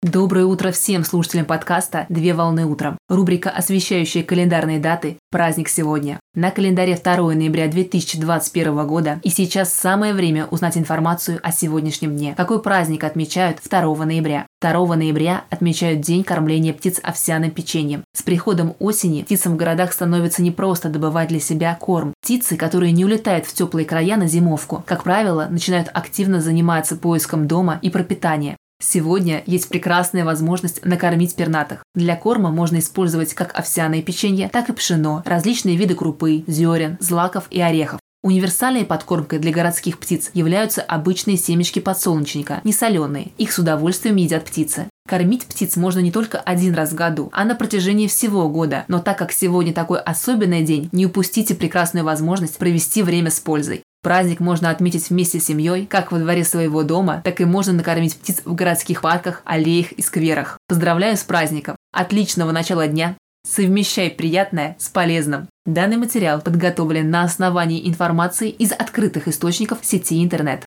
Доброе утро всем слушателям подкаста «Две волны утром». Рубрика, освещающая календарные даты «Праздник сегодня». На календаре 2 ноября 2021 года, и сейчас самое время узнать информацию о сегодняшнем дне. Какой праздник отмечают 2 ноября? 2 ноября отмечают День кормления птиц овсяным печеньем. С приходом осени птицам в городах становится непросто добывать для себя корм. Птицы, которые не улетают в теплые края на зимовку, как правило, начинают активно заниматься поиском дома и пропитания. Сегодня есть прекрасная возможность накормить пернатых. Для корма можно использовать как овсяное печенье, так и пшено, различные виды крупы, зерен, злаков и орехов. Универсальной подкормкой для городских птиц являются обычные семечки подсолнечника, несоленые. Их с удовольствием едят птицы. Кормить птиц можно не только один раз в году, а на протяжении всего года. Но так как сегодня такой особенный день, не упустите прекрасную возможность провести время с пользой. Праздник можно отметить вместе с семьей, как во дворе своего дома, так и можно накормить птиц в городских парках, аллеях и скверах. Поздравляю с праздником! Отличного начала дня! Совмещай приятное с полезным! Данный материал подготовлен на основании информации из открытых источников сети интернет.